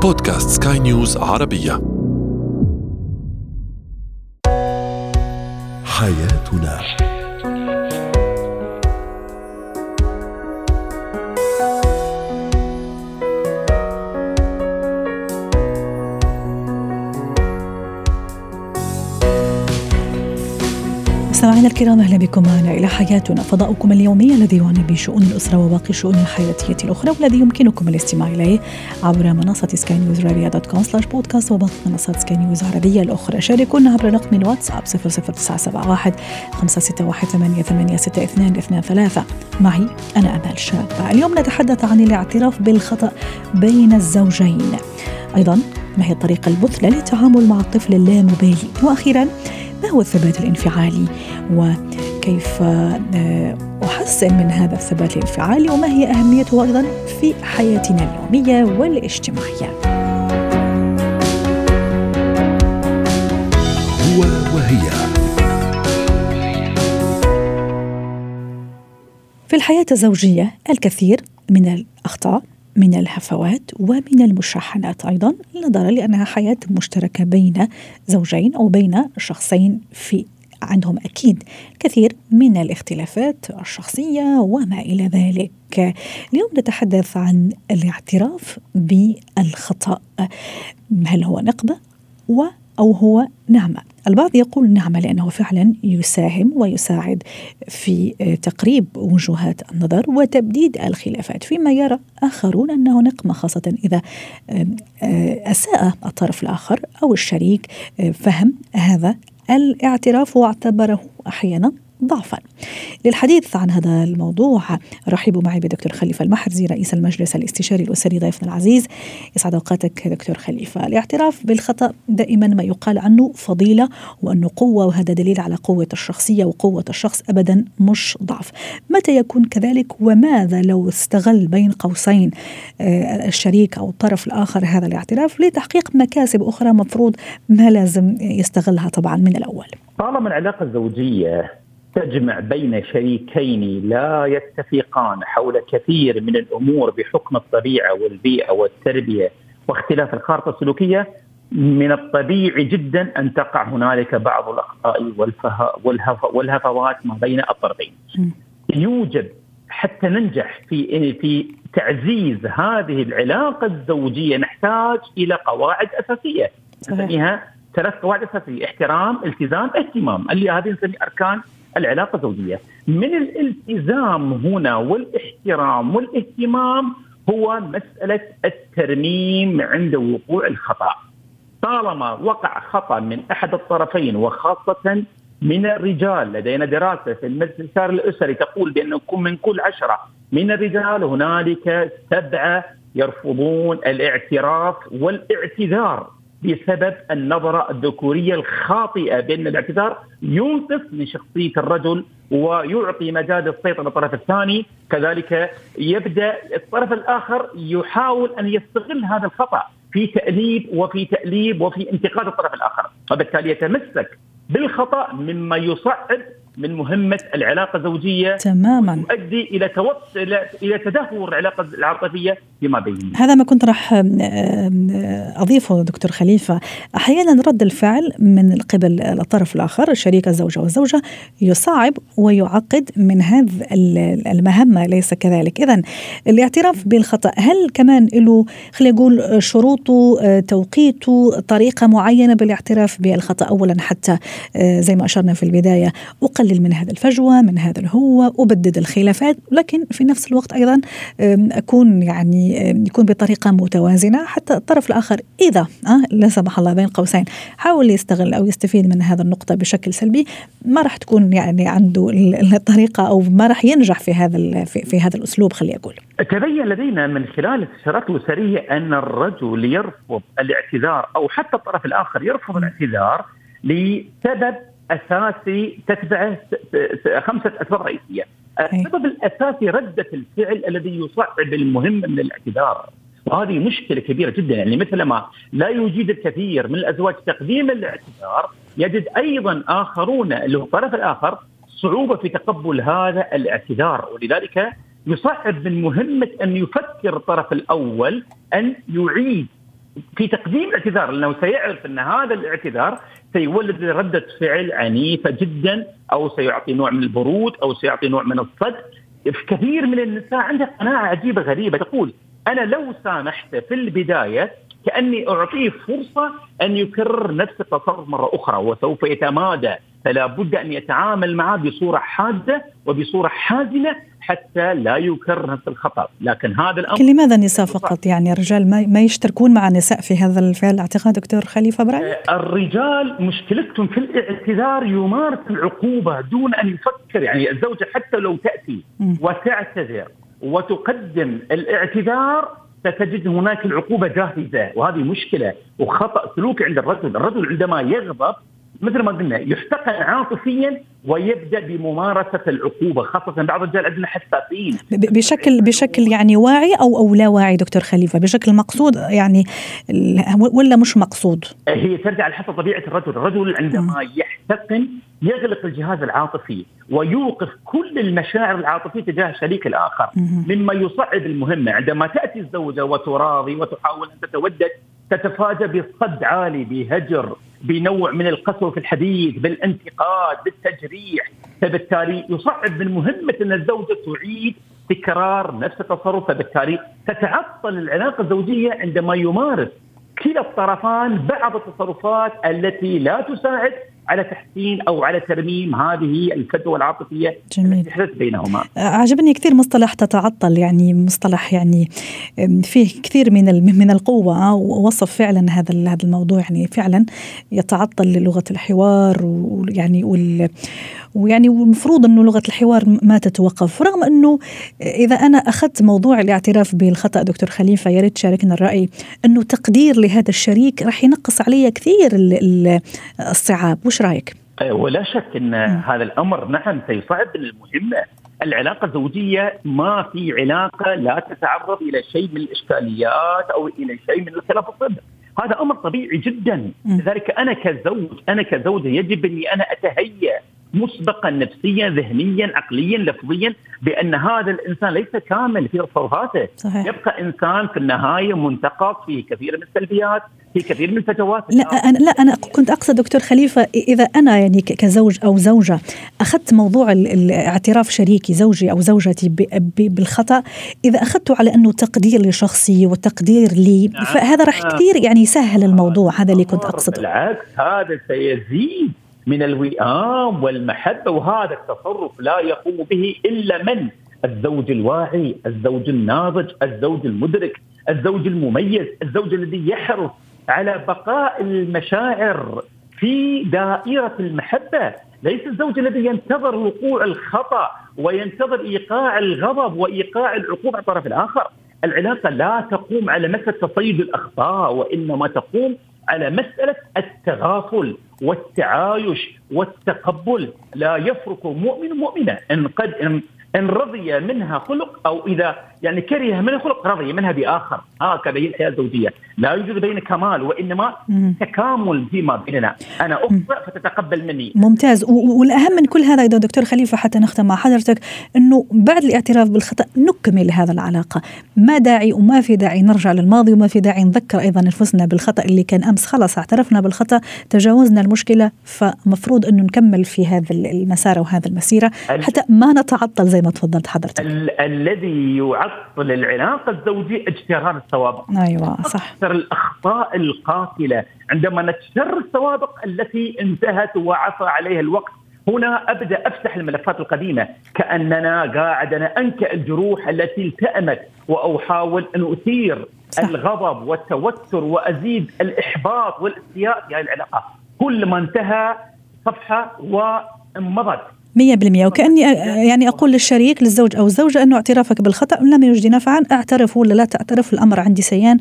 بودكاست سكاي نيوز عربية. حياتنا. مستمعينا الكرام، أهلا بكم معنا إلى حياتنا، فضاؤكم اليومي الذي يعنى بشؤون الأسرة وباقي الشؤون الحياتية الأخرى، والذي يمكنكم الاستماع إليه عبر منصة skynewsarabia.com/podcast وباقي منصات سكاي نيوز عربية الأخرى. شاركونا عبر رقم الواتساب 00971 561 886223. معي أنا أمال شابة. اليوم نتحدث عن الاعتراف بالخطأ بين الزوجين، أيضا ما هي الطريقة المثلى للتعامل مع الطفل اللامبالي، وأخيرا ما هو الثبات الانفعالي وكيف أحسن من هذا الثبات الانفعالي، وما هي أهميته أيضا في حياتنا اليومية والاجتماعية. هو وهي. في الحياة الزوجية الكثير من الأخطاء، من الهفوات ومن المشاحنات أيضا، نظرا لأنها حياة مشتركة بين زوجين أو بين شخصين في عندهم أكيد كثير من الاختلافات الشخصية وما إلى ذلك. اليوم نتحدث عن الاعتراف بالخطأ. هل هو نقمة أو هو نعمة؟ البعض يقول نعمة لأنه فعلا يساهم ويساعد في تقريب وجهات النظر وتبديد الخلافات، فيما يرى آخرون أنه نقمة، خاصة إذا أساء الطرف الآخر أو الشريك فهم هذا الاعتراف واعتبره أحيانا ضعفا. للحديث عن هذا الموضوع رحبوا معي بدكتور خليفة المحرزي، رئيس المجلس الاستشاري الأسري، ضيفنا العزيز. يسعد أوقاتك دكتور خليفة. الاعتراف بالخطأ دائما ما يقال عنه فضيلة وأنه قوة، وهذا دليل على قوة الشخصية وقوة الشخص، أبدا مش ضعف. متى يكون كذلك، وماذا لو استغل بين قوسين الشريك أو الطرف الآخر هذا الاعتراف لتحقيق مكاسب أخرى مفروض ما لازم يستغلها طبعا من الأول؟ طالما العلاقة الزوجية تجمع بين شريكين لا يتفقان حول كثير من الأمور بحكم الطبيعة والبيئة والتربية واختلاف الخارطة السلوكية، من الطبيعي جدا أن تقع هنالك بعض الأخطاء والهفوات ما بين الطرفين. يوجب حتى ننجح في تعزيز هذه العلاقة الزوجية نحتاج إلى قواعد أساسية نسميها 3 قواعد أساسية: احترام، التزام، اهتمام، اللي هذه نسمي أركان العلاقة الزوجية. من الالتزام هنا والاحترام والاهتمام هو مسألة الترميم عند وقوع الخطأ. طالما وقع خطأ من أحد الطرفين وخاصة من الرجال، لدينا دراسة في المستشار الأسري تقول بأن من كل 10 من الرجال هنالك 7 يرفضون الاعتراف والاعتذار بسبب النظرة الذكورية الخاطئة، بأن الاعتذار ينقص من شخصية الرجل ويعطي مجال السيطرة للطرف الثاني. كذلك يبدأ الطرف الآخر يحاول أن يستغل هذا الخطأ في تأليب وفي انتقاد الطرف الآخر، وبالتالي يتمسك بالخطأ مما يصعب من مهمة العلاقة الزوجية تماما، تؤدي إلى تدهور العلاقة العاطفية فيما بينهم. هذا ما كنت راح أضيفه دكتور خليفة. أحيانا رد الفعل من قبل الطرف الآخر، شريك الزوجة والزوجة، يصعب ويعقد من هذه المهمة، ليس كذلك؟ إذن الاعتراف بالخطأ هل كمان له خلينا نقول شروطه، توقيته، طريقة معينة بالاعتراف بالخطأ؟ أولا حتى زي ما أشرنا في البداية أقلل من هذا الفجوة، من هذا الهوة، أبدد الخلافات، لكن في نفس الوقت أيضا أكون يكون بطريقة متوازنة، حتى الطرف الآخر إذا لا سمح الله بين قوسين حاول يستغل أو يستفيد من هذا النقطة بشكل سلبي، ما راح تكون عنده الطريقة أو ما راح ينجح في هذا الأسلوب. خلي أقول تبين لدينا من خلال الاستشارات الأسرية أن الرجل يرفض الاعتذار أو حتى الطرف الآخر يرفض الاعتذار لسبب أساسي تتبعه 5 أسباب رئيسية. السبب الأساسي ردة الفعل الذي يصعب المهمة من الاعتذار، وهذه مشكلة كبيرة جدا. يعني مثل ما لا يجيد الكثير من الأزواج تقديم الاعتذار، يجد أيضا آخرون اللي هو الطرف الآخر صعوبة في تقبل هذا الاعتذار، ولذلك يصعب من مهمة أن يفكر الطرف الأول أن يعيد في تقديم الاعتذار، لأنه سيعرف أن هذا الاعتذار سيولد ردة فعل عنيفة جدا، أو سيعطي نوع من البرود، أو سيعطي نوع من الصد. كثير من النساء عندها قناعة عجيبة غريبة، تقول أنا لو سامحت في البداية كأني أعطيه فرصة أن يكرر نفس التصرف مرة أخرى وسوف يتمادى، فلا بد أن يتعامل معه بصورة حادة وبصورة حازمة حتى لا يكرر نفس الخطأ. لكن هذا الأمر لماذا النساء فقط؟ يعني الرجال ما يشتركون مع النساء في هذا الفعل اعتقاد دكتور خليفة برأيك؟ الرجال مشكلتهم في الاعتذار، يمارس العقوبة دون أن يفكر. يعني الزوجة حتى لو تأتي وتعتذر وتقدم الاعتذار ستجد هناك العقوبة جاهزة، وهذه مشكلة وخطأ سلوكي عند الرجل. الرجل عندما يغضب مثل ما قلنا يحتقن عاطفيا ويبدأ بممارسة العقوبة، خاصة بعض الرجال عندنا حساسين بشكل يعني واعي أو لا واعي دكتور خليفة، بشكل مقصود يعني ولا مش مقصود؟ هي ترجع على حسب طبيعة الرجل عندما يحتقن يغلق الجهاز العاطفي ويوقف كل المشاعر العاطفية تجاه شريك الآخر، مما يصعب المهمة. عندما تأتي الزوجة وتراضي وتحاول أن تتودد تتفاجأ بصد عالي، بهجر، بنوع من القسوة في الحديث، بالانتقاد، بالتجريح، فبالتالي يصعب من مهمة أن الزوجة تعيد تكرار نفس التصرف، فبالتالي تتعطل العلاقة الزوجية عندما يمارس كلا الطرفان بعض التصرفات التي لا تساعد على تحسين أو على ترميم هذه الفجوة العاطفية التي تحدث بينهما. عجبني كثير مصطلح تتعطل، يعني مصطلح يعني فيه كثير من القوة، ووصف فعلا هذا الموضوع. يعني فعلا يتعطل للغة الحوار، ويعني والمفروض أنه لغة الحوار ما تتوقف، رغم أنه إذا أنا أخذت موضوع الاعتراف بالخطأ دكتور خليفة، يا ريت تشاركنا الرأي أنه تقدير لهذا الشريك رح ينقص عليه كثير الصعاب. وش رأيك؟ ولا شك أن هذا الأمر نعم سيصعب المهمة. العلاقة الزوجية ما في علاقة لا تتعرض إلى شيء من الإشكاليات أو إلى شيء من الخلاف الصدق، هذا أمر طبيعي جدا. لذلك أنا كزوج يجب أني أنا أتهيأ مسبقا نفسيا ذهنيا عقليا لفظيا بأن هذا الإنسان ليس كامل في تصرفاته، يبقى إنسان في النهاية منتقص في كثير من السلبيات، في كثير من الفجوات. أنا كنت أقصد دكتور خليفة، إذا أنا يعني كزوج أو زوجة أخذت موضوع الاعتراف شريكي زوجي أو زوجتي بالخطأ، إذا أخذته على أنه تقدير لشخصي وتقدير لي، فهذا رح كثير يعني يسهل الموضوع. هذا اللي كنت أقصده. بالعكس، هذا سيزيد من الوئام والمحبة، وهذا التصرف لا يقوم به إلا من الزوج الواعي، الزوج الناضج، الزوج المدرك، الزوج المميز، الزوج الذي يحرص على بقاء المشاعر في دائرة المحبة، ليس الزوج الذي ينتظر وقوع الخطأ وينتظر إيقاع الغضب وإيقاع العقوبة على الطرف الآخر. العلاقة لا تقوم على مسألة تصيد الأخطاء، وإنما تقوم على مسألة التغافل والتعايش والتقبل. لا يفرق مؤمن مؤمنة إن رضي منها خلق، أو إذا يعني كره منها خلق رضي منها بآخر. هكذا هي الحياة الزوجية، لا يوجد بين كمال وإنما تكامل فيما بيننا. أنا أخطئ فتتقبل مني. ممتاز. والأهم من كل هذا إذا دكتور خليفة حتى نختم مع حضرتك، أنه بعد الاعتراف بالخطأ نكمل هذا العلاقة. ما داعي وما في داعي نرجع للماضي، وما في داعي نذكر أيضا أنفسنا بالخطأ اللي كان أمس. خلاص اعترفنا بالخطأ، تجاوزنا المشكلة، فمفروض أنه نكمل في هذا المسار وهذا المسيرة حتى ما نتعطل زي ما تفضلت حضرتك. الذي يعطل العلاقة الزوجية اجترار السوابق. أيوة صح. أكثر الأخطاء القاتلة عندما نتشر السوابق التي انتهت وعفى عليها الوقت. هنا أبدأ أفتح الملفات القديمة كأننا قاعد أنا أنكأ الجروح التي التأمت، وأحاول أن أثير الغضب والتوتر وأزيد الإحباط والاستياء في هذه العلاقة. كل ما انتهى صفحة وانمضت 100%. وكأني يعني أقول للشريك للزوج أو الزوجة أنه اعترافك بالخطأ لم يجدي نفعا، اعترف ولا لا تعترف، الأمر عندي سيان.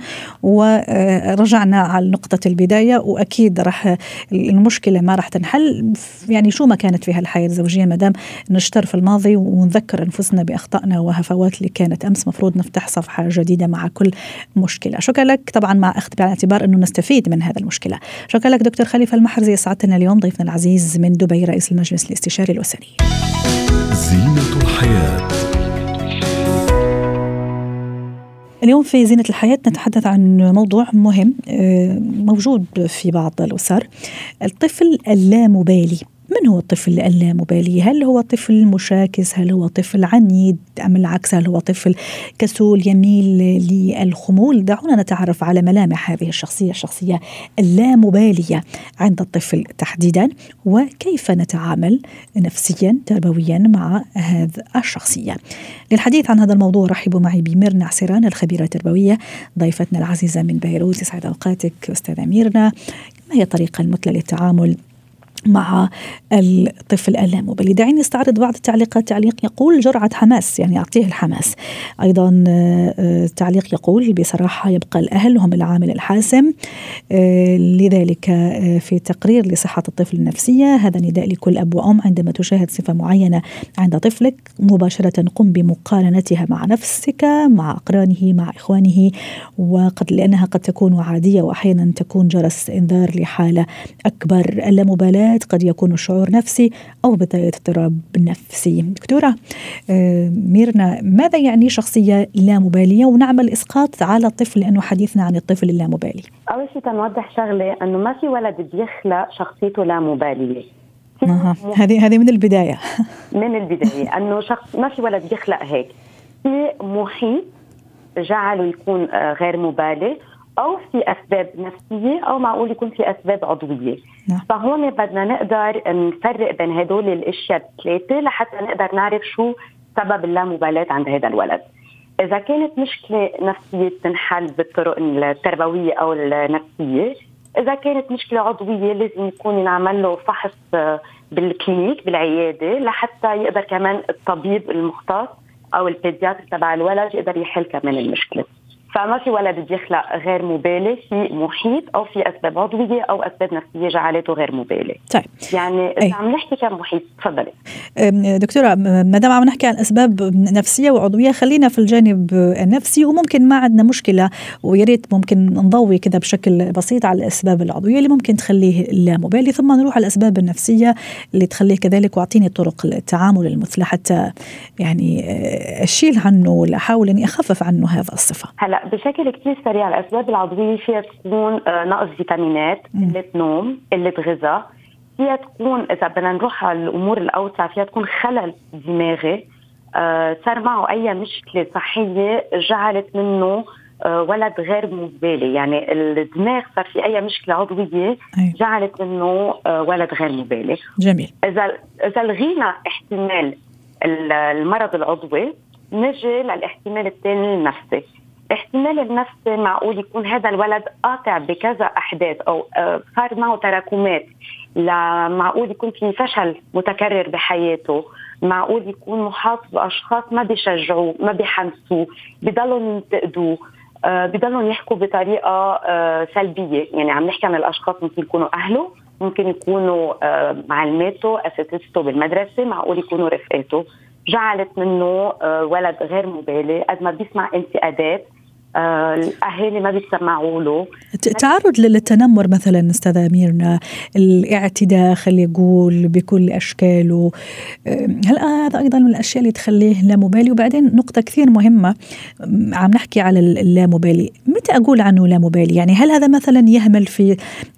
ورجعنا على نقطة البداية، وأكيد رح المشكلة ما رح تنحل يعني شو ما كانت فيها الحياة الزوجية، مدام نشتر في الماضي ونذكر أنفسنا بأخطائنا وهفوات اللي كانت أمس. مفروض نفتح صفحة جديدة مع كل مشكلة. شكرا لك، طبعا مع أخذ بعين الاعتبار أنه نستفيد من هذا المشكلة. شكرا لك دكتور خليفة المحرزي، سعدتنا اليوم ضيفنا العزيز من دبي، رئيس المجلس الاستشاري الأسري. زينة الحياة. اليوم في زينة الحياة نتحدث عن موضوع مهم موجود في بعض الأسر، الطفل اللامبالي. من هو الطفل اللامبالي؟ هل هو طفل مشاكس؟ هل هو طفل عنيد أم العكس؟ هل هو طفل كسول يميل للخمول؟ دعونا نتعرف على ملامح هذه الشخصية اللامبالية عند الطفل تحديدا، وكيف نتعامل نفسيا تربويا مع هذه الشخصية. للحديث عن هذا الموضوع رحبوا معي بميرنا عسيران الخبيرة التربوية ضيفتنا العزيزة من بيروت. يسعد أوقاتك أستاذة ميرنا. ما هي الطريقة المثلى للتعامل مع الطفل اللامبالي؟ دعيني استعرض بعض التعليقات. تعليق يقول جرعة حماس، يعني أعطيه الحماس. أيضا تعليق يقول بصراحة يبقى الأهل هم العامل الحاسم، لذلك في تقرير لصحة الطفل النفسية. هذا نداء لكل أب وأم عندما تشاهد صفة معينة عند طفلك مباشرة قم بمقارنتها مع نفسك، مع أقرانه، مع إخوانه، لأنها قد تكون عادية وأحيانا تكون جرس إنذار لحالة أكبر. اللامبالاة قد يكون شعور نفسي أو بداية اضطراب نفسي. دكتورة ميرنا، ماذا يعني شخصية لا مبالية، ونعمل إسقاط على الطفل لأنه حديثنا عن الطفل اللامبالي؟ أول شيء تنوضح شغلة أنه ما في ولد بيخلق شخصيته لا مبالية. هذه من البداية. من البداية أنه ما في ولد بيخلق هيك. في محيط جعله يكون غير مبالي، أو في أسباب نفسية، أو معقول يكون في أسباب عضوية. فهون بدنا نقدر نفرق بين هدول الأشياء الثلاثة لحتى نقدر نعرف شو سبب اللامبالاة عند هذا الولد. إذا كانت مشكلة نفسية تنحل بالطرق التربوية أو النفسية. إذا كانت مشكلة عضوية لازم يكون ينعمل له فحص بالكلينيك بالعيادة لحتى يقدر كمان الطبيب المختص أو البيدياتر تبع الولد يقدر يحل كمان المشكلة. فما في ولد بيخلق غير مبالي، في محيط أو في أسباب عضوية أو أسباب نفسية جعلته غير مبالي. طيب، يعني إذا عم نحكي كمحيط. تفضلي دكتورة، ما دام عم نحكي عن أسباب نفسية وعضوية، خلينا في الجانب النفسي، وممكن ما عندنا مشكلة، وياريت ممكن نضوي كذا بشكل بسيط على الأسباب العضوية اللي ممكن تخليه لا مبالي، ثم نروح على الأسباب النفسية اللي تخليه كذلك، واعطيني طرق التعامل المثلى حتى يعني أشيل عنه ولا أحاول أني أخفف عنه هذا الصفة. هلا بشكل كتير سريع، الأسباب العضوية فيها تكون نقص فيتامينات، قلة نوم، قلة غذاء. فيها تكون إذا بدنا نروح على الأمور الأوسع فيها تكون خلل دماغي، صار معه أي مشكلة صحية جعلت منه ولد غير مبالي. يعني الدماغ صار في أي مشكلة عضوية جعلت منه ولد غير مبالي. جميل. إذا لغينا احتمال المرض العضوي نجي للاحتمال الثاني النفسي. الاحتمال النفسي معقول يكون هذا الولد قاطع بكذا أحداث أو صار معه تراكمات، معقول يكون في فشل متكرر بحياته، معقول يكون محاط بأشخاص ما بيشجعوه، ما بيحمسوه، بيضلوا ينتقدوه، بيضلوا يحكوا بطريقة سلبية. يعني عم نحكي عن الأشخاص ممكن يكونوا أهله، ممكن يكونوا معلماته، أساتذته بالمدرسة، معقول يكونوا رفقاته، جعلت منه ولد غير مبالي. قد ما بيسمع انتقادات الأهالي ما بيسمعوا له. تعرض للتنمر مثلا أستاذة ميرنا، الاعتداء خلي يقول بكل أشكاله، هل هذا أيضا من الأشياء اللي تخليه لا مبالي؟ وبعدين نقطة كثير مهمة، عم نحكي على اللا مبالي، متى أقول عنه لا مبالي؟ يعني هل هذا مثلا يهمل في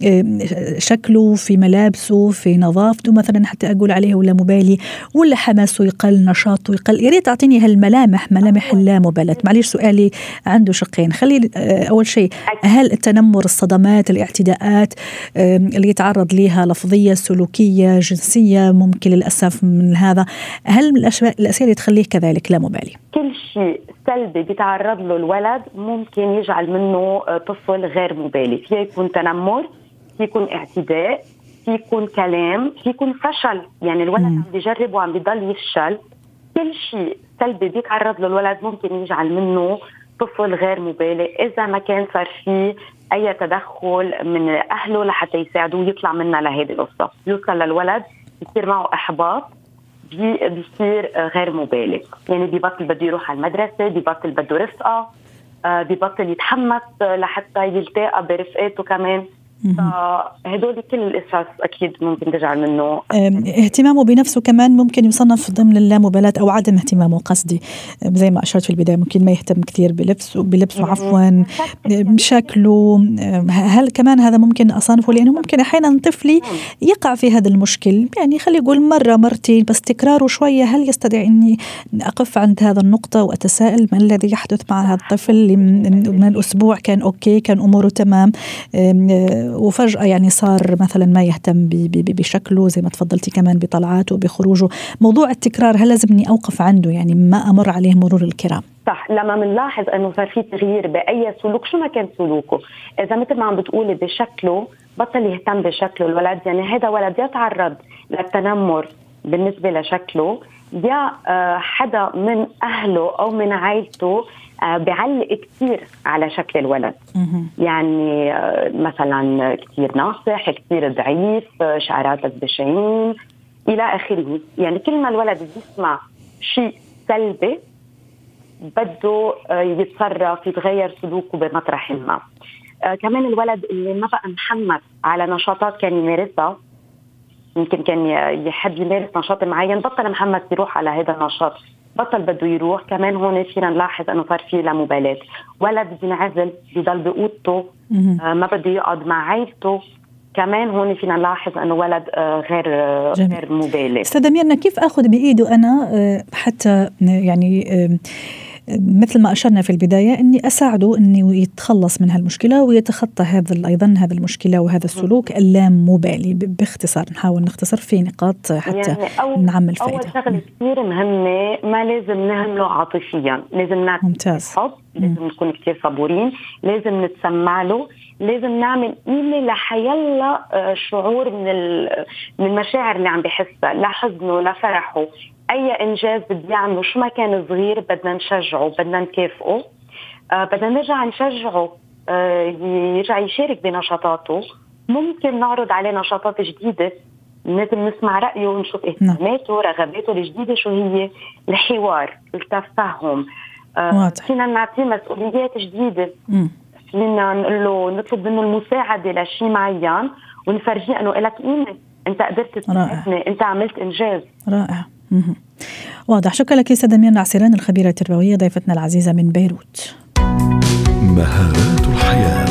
شكله، في ملابسه، في نظافته مثلا حتى أقول عليه لا مبالي، ولا حماسه يقل، نشاطه يقل؟ يا ريت تعطيني هالملامح، ملامح اللا مبالاة. معليش سؤالي عنده شقين. خلي أول شيء، هل التنمر، الصدمات، الاعتداءات اللي يتعرض لها لفظية، سلوكية، جنسية، ممكن للأسف من هذا، هل من الأشياء اللي تخليه كذلك لا مبالي؟ كل شيء سلبي بيتعرض له الولد ممكن يجعل منه طفل غير مبالي. فيه يكون تنمر، فيه يكون اعتداء، فيه يكون كلام، فيه يكون فشل. يعني الولد عم بيجرب وعم بيضل يفشل. كل شيء سلبي بيتعرض له الولد ممكن يجعل منه طفل غير مبالي إذا ما كان صار فيه أي تدخل من أهله لحتى يساعدوه يطلع منها لهذه القصة. يوصل للولد يصير معه إحباط، بيصير غير مبالي. يعني بيبطل بده يروح على المدرسة، بيبطل بده رفقة، بيبطل يتحمس لحتى يلتقى برفقاته كمان. فهدول كل القصص أكيد ممكن تجعل منه اهتمامه بنفسه كمان ممكن يصنف ضمن اللامبالاة أو عدم اهتمامه قصدي، زي ما أشرت في البداية ممكن ما يهتم كثير بلبسه عفوا بشكله. هل كمان هذا ممكن أصنفه؟ لأنه ممكن أحيانا طفلي يقع في هذا المشكل، يعني خلي يقول مرة مرتين بس تكراره شوية، هل يستطيع أني أقف عند هذا النقطة وأتساءل ما الذي يحدث مع هذا الطفل؟ من الأسبوع كان أوكي، كان أموره تمام، وفجأة يعني صار مثلا ما يهتم بشكله زي ما تفضلتي كمان بطلعاته وبخروجه. موضوع التكرار هل لازمني أوقف عنده، يعني ما أمر عليه مرور الكرام؟ صح. لما منلاحظ أنه صار في تغيير بأي سلوك شو ما كان سلوكه، إذا مثل ما عم بتقولي بشكله بطل يهتم بشكله الولد، يعني هذا ولد يتعرض للتنمر بالنسبة لشكله، يا حدا من أهله أو من عائلته بعلق كتير على شكل الولد، يعني مثلا كتير ناصح، كتير ضعيف، شعراتك بشعين إلى آخره. يعني كل ما الولد يسمع شيء سلبي بده يتصرف، يتغير سلوكه بمطرح ما. كمان الولد اللي ما بقى محمد على نشاطات كان يمارسها، يمكن كان يحب يمارس نشاط معين، بطل محمد يروح على هذا النشاط، بطل بده يروح. كمان هون فينا نلاحظ انه صار في لا مبالاة، ولد بينعزل بيضل بأوضته، ما بده يقعد مع عائلته. كمان هون فينا نلاحظ انه ولد غير مبالي. استاذة ميرنا، كيف اخذ بايده انا حتى يعني مثل ما أشرنا في البداية أني أساعده أنه يتخلص من هالمشكلة ويتخطى أيضا هذا المشكلة وهذا السلوك اللامبالي؟ باختصار نحاول نختصر في نقاط حتى يعني نعمل فائدة. أول شغلة كثير مهمة، ما لازم نهمله عاطفيا، لازم نعطيه حب، لازم نكون كثير صبورين، لازم نتسمع له، لازم نعمل قيمة لحيلا شعور من المشاعر اللي عم بحسها، لحزنه لفرحه، أي إنجاز بدي يعمله شو ما كان صغير بدنا نشجعه، بدنا نكافئه، بدنا نرجع نشجعه يرجع يشارك بنشاطاته. ممكن نعرض عليه نشاطات جديدة، لازم نسمع رأيه ونشوف اهتماماته، رغباته الجديدة شو هي، الحوار، التفاهم، فينا نعطيه مسؤوليات جديدة، فينا نقول له نطلب منه المساعدة لشيء معين ونفرجيه أنه لك قيمة، أنت قدرت تساعدني، أنت عملت إنجاز. رائع. واضح. شكرا لك سيدة ميرنا عسيران، الخبيرة التربوية، ضيفتنا العزيزة من بيروت. مهارات الحياة.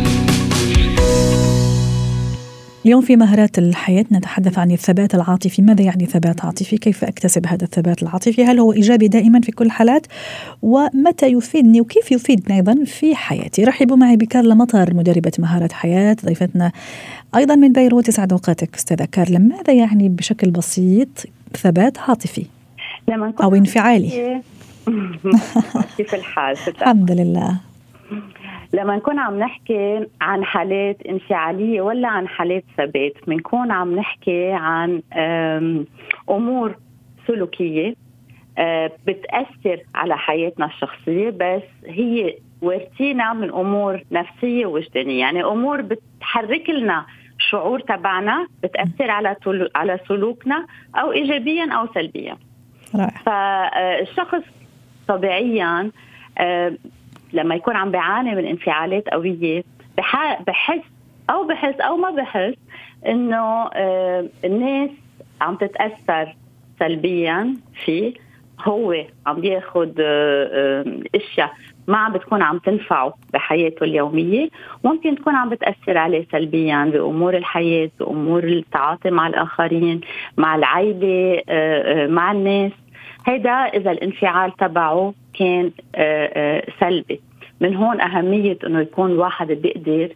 اليوم في مهارات الحياة نتحدث عن الثبات العاطفي. ماذا يعني ثبات عاطفي؟ كيف أكتسب هذا الثبات العاطفي؟ هل هو إيجابي دائما في كل الحالات؟ ومتى يفيدني وكيف يفيدني أيضا في حياتي؟ رحبوا معي بكارلا مطر، مدربة مهارات حياة، ضيفتنا أيضا من بيروت. يسعد أوقاتك أستاذة كارلا. ماذا يعني بشكل بسيط ثبات عاطفي أو انفعالي؟ كيف الحال؟ الحمد لله. لما نكون عم نحكي عن حالات انفعالية ولا عن حالات ثبات، بنكون عم نحكي عن أمور سلوكية بتأثر على حياتنا الشخصية، بس هي ورثينا من أمور نفسية ووجدانية، يعني أمور بتحرك لنا شعور تبعنا، بتأثر على سلوكنا أو إيجابيا أو سلبيا. فالشخص طبيعيا لما يكون عم بيعاني من انفعالات قوية بحس أو ما بحس إنه الناس عم تتأثر سلبيا فيه، هو عم بياخد اشياء ما عم بتكون عم تنفعه بحياته اليومية، ممكن تكون عم بتأثر عليه سلبيا بأمور الحياة، بأمور التعاطي مع الآخرين، مع العائلة، مع الناس. هذا إذا الانفعال تبعه كان سلبي. من هون أهمية أنه يكون الواحد بيقدر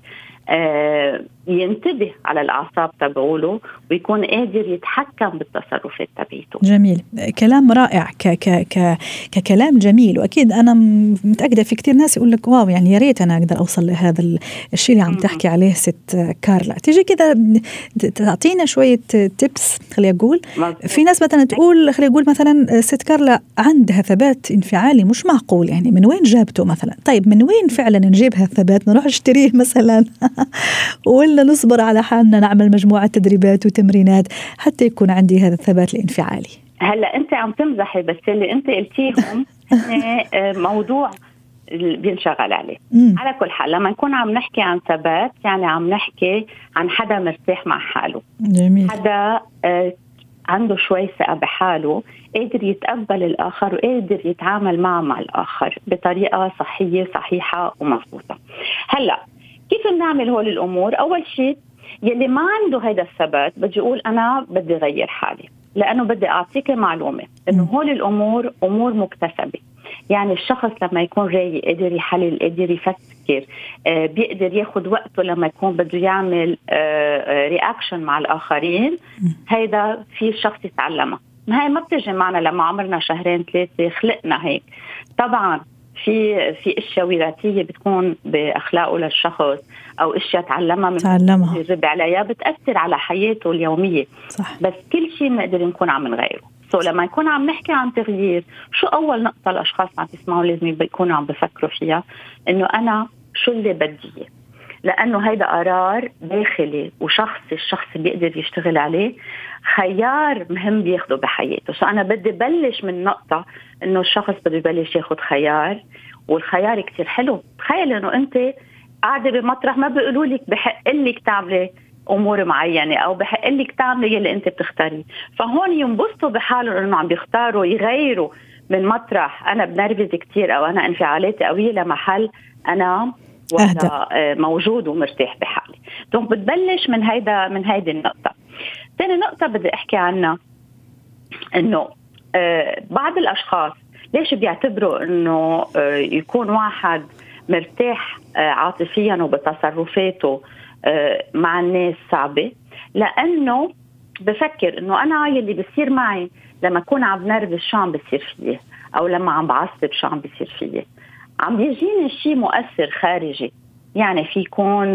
ينتبه على الأعصاب تبعوله ويكون قادر يتحكم بالتصرفات تبعيته. جميل، كلام رائع، ككلام جميل. وأكيد أنا متأكدة في كتير ناس يقول لك واو، يعني يا ريت أنا أقدر أوصل لهذا الشيء اللي عم تحكي عليه ست كارلا. تيجي كده تعطينا شوية تيبس. خلي أقول في ناس مثلا تقول، خلي أقول مثلا ست كارلا عندها ثبات انفعالي مش معقول، يعني من وين جابته مثلا؟ طيب من وين فعلا نجيب هالثبات؟ نروح نشتريه مثلا ولا نصبر على حالنا نعمل مجموعة تدريبات وتمرينات حتى يكون عندي هذا الثبات الانفعالي؟ هلا انت عم تمزحي، بس اللي انت قلتيهم موضوع بينشغل عليه. على كل حال لما نكون عم نحكي عن ثبات يعني عم نحكي عن حدا مرتاح مع حاله. جميل. حدا عنده شوي ثقة بحاله، قادر يتقبل الآخر وقادر يتعامل مع الآخر بطريقة صحية صحيحة ومضبوطة. هلأ كيف بنعمل هول الأمور؟ أول شيء يلي ما عنده هيدا الثبات بدي أقول أنا بدي غير حالي، لأنه بدي أعطيك معلومة إنه هول الأمور أمور مكتسبة. يعني الشخص لما يكون رايق قادر يحلل، قادر يفكر، بيقدر ياخد وقته لما يكون بده يعمل رياكشن مع الآخرين، هيدا في الشخص يتعلمها. هاي ما بتجي معنا لما عمرنا شهرين ثلاثة خلقنا هيك. طبعا في اشياء وراثيه بتكون باخلاقه للشخص او اشياء تعلمها يجرب عليها بتاثر على حياته اليوميه. صح. بس كل شيء بنقدر نكون عم نغيره. لما يكون عم نحكي عن تغيير، شو اول نقطه الاشخاص عم يسمعوا لازم يكونوا عم بفكروا فيها؟ انه انا شو اللي بدي، لانه هيدا قرار داخلي الشخص بيقدر يشتغل عليه، خيار مهم بياخده بحياته. انا بدي بلش من نقطه انه الشخص بده يبلش ياخد خيار، والخيار كتير حلو. تخيل انه انت قاعده بمطرح ما بيقولوا لك بحق لك تعملي امور معينه او بحق لك تعملي اللي انت بتختاريه، فهون ينبسطوا بحالهم انه عم بيختاروا يغيروا من مطرح انا بنرفز كتير او انا انفعالاتي قويه لمحل انا موجود ومرتاح بحالي. دونك بتبلش من هيدي النقطه. ثاني نقطه بدي احكي عنها انه بعض الاشخاص ليش بيعتبروا انه يكون واحد مرتاح عاطفيا وبتصرفاته مع الناس صعبة، لأنه بفكر إنه أنا يلي بيصير معي لما أكون عم نرفز شو عم بيصير فيه، أو لما عم بعصب شو عم بيصير فيه، عم بيجيني شيء مؤثر خارجي. يعني في يكون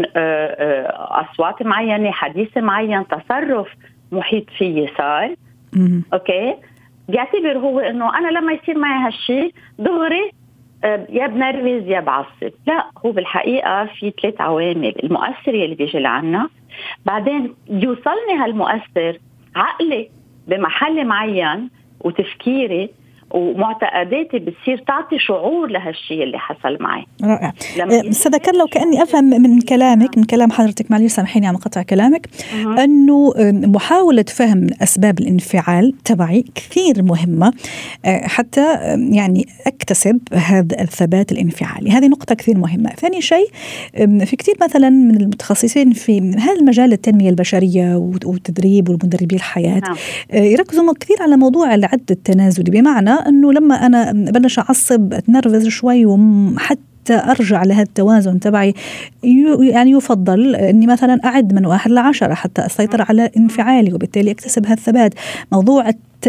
أصوات معينة، حديث معين، تصرف محيط فيه صار أوكي، بيعتبر هو إنه أنا لما يصير معي هالشيء دغري يا بنرفز يا بعصب. لا، هو بالحقيقة في 3 عوامل المؤثرة اللي بيجي لعنا، بعدين يوصلني هالمؤثر عقلي بمحل معين وتفكيري ومعتقداتي بتصير تعطي شعور لهالشيء اللي حصل معي. رائع. أستاذة كارلا، لو كأني أفهم من كلامك، من كلام حضرتك، معلش سامحيني عم قطع كلامك، أنه محاولة فهم أسباب الانفعال تبعي كثير مهمة حتى يعني أكتسب هذا الثبات الانفعالي. هذه نقطة كثير مهمة. ثاني شيء، في كثير مثلا من المتخصصين في هذا المجال التنمية البشرية والتدريب والمدربي الحياة يركزوا كثير على موضوع العد التنازلي، بمعنى أنه لما أنا بلش أعصب أتنرفز شوي وحتى أرجع لهذا التوازن تبعي، يعني يفضل أني مثلا أعد من 1 ل 10 حتى أسيطر على انفعالي وبالتالي أكتسب هالثبات. موضوع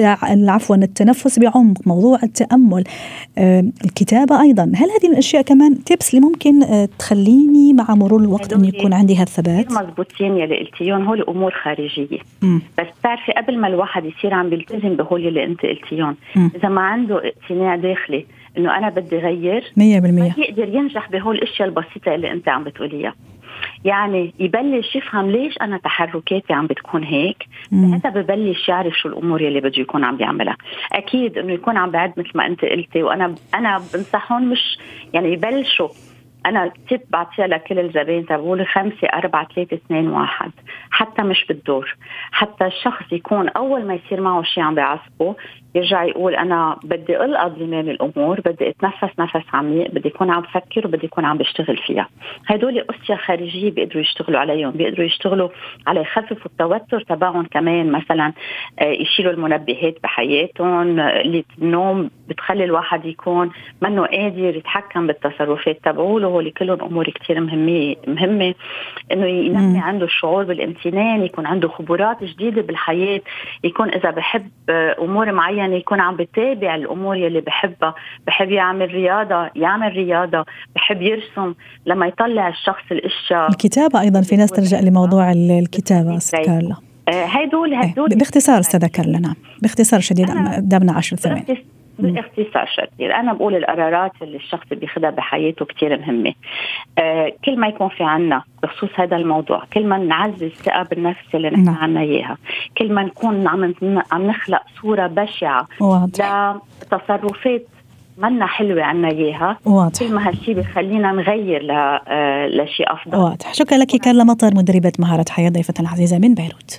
التنفس بعمق، موضوع التأمل، الكتابة أيضا. هل هذه الأشياء كمان تيبس اللي ممكن تخليني مع مرور الوقت أن يكون عندي هالثبات؟ مزبوطين يلي قلتيون، هول أمور خارجية. بس تعرفي قبل ما الواحد يصير عم بيلتزم بهول اللي أنت قلتيون، إذا ما عنده اقتناع داخلي إنه أنا بدي غير 100%، ما يقدر ينجح بهول الأشياء البسيطة اللي أنت عم بتقوليها. يعني يبلش يفهم ليش أنا تحركاتي عم بتكون هيك، حتى ببلش يعرف شو الأمور اللي بده يكون عم بيعملها. أكيد إنه يكون عم بعد مثل ما أنت قلتي، وأنا بنصحهم مش يعني يبلشوا. أنا تيب بعطيها لكل الزبائن تبعولي 5 4 3 2 1، حتى مش بالدور، حتى الشخص يكون أول ما يصير معه شيء عم بيعصبه يرجع يقول أنا بدي ألقى زمام الأمور، بدي أتنفس نفس عميق، بدي يكون عم بفكر وبدي يكون عم بشتغل فيها. هدول أشياء خارجية بيقدروا يشتغلوا عليهم، بيقدروا يشتغلوا على يخففوا التوتر تبعهم. كمان مثلا يشيلوا المنبهات بحياتهم، اللي النوم بتخلي الواحد يكون منه قادر يتحكم بالتصرفات تبعوله. هو كلهم أمور كتير مهمة إنه ينمي عنده الشعور بالامتنان، يكون عنده خبرات جديدة بالحياة، يكون إذا بحب أمور معينة يكون عم بتابع الأمور يلي بحبها. بحب يعمل رياضة، بحب يرسم، لما يطلع الشخص الأشياء. الكتابة أيضا، في ناس ترجع لموضوع الكتابة. أستاذ كارلا، هدول باختصار أستاذة كارلا. نعم، باختصار شديد، دامنا 10 ثواني. باختصار شديد، أنا بقول القرارات اللي الشخص بياخدها بحياته كتير مهمة. كل ما يكون في عنا بخصوص هذا الموضوع، كل ما نعزز الثقة بالنفس اللي نحن عنا إياها، كل ما نكون عم نخلق صورة بشعة لتصرفات منا حلوة عنا إياها. واضح. كل ما هالشي بيخلينا نغير لشيء أفضل. واضح. شكرا لك كارلا مطر، مدربة مهارة حياة، ضيفتنا العزيزة من بيروت.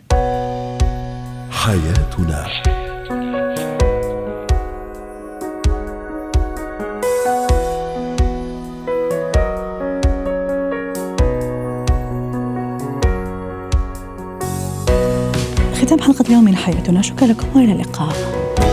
حياتنا. ختام حلقة اليوم من حياتنا، شكرا لكم وإلى اللقاء.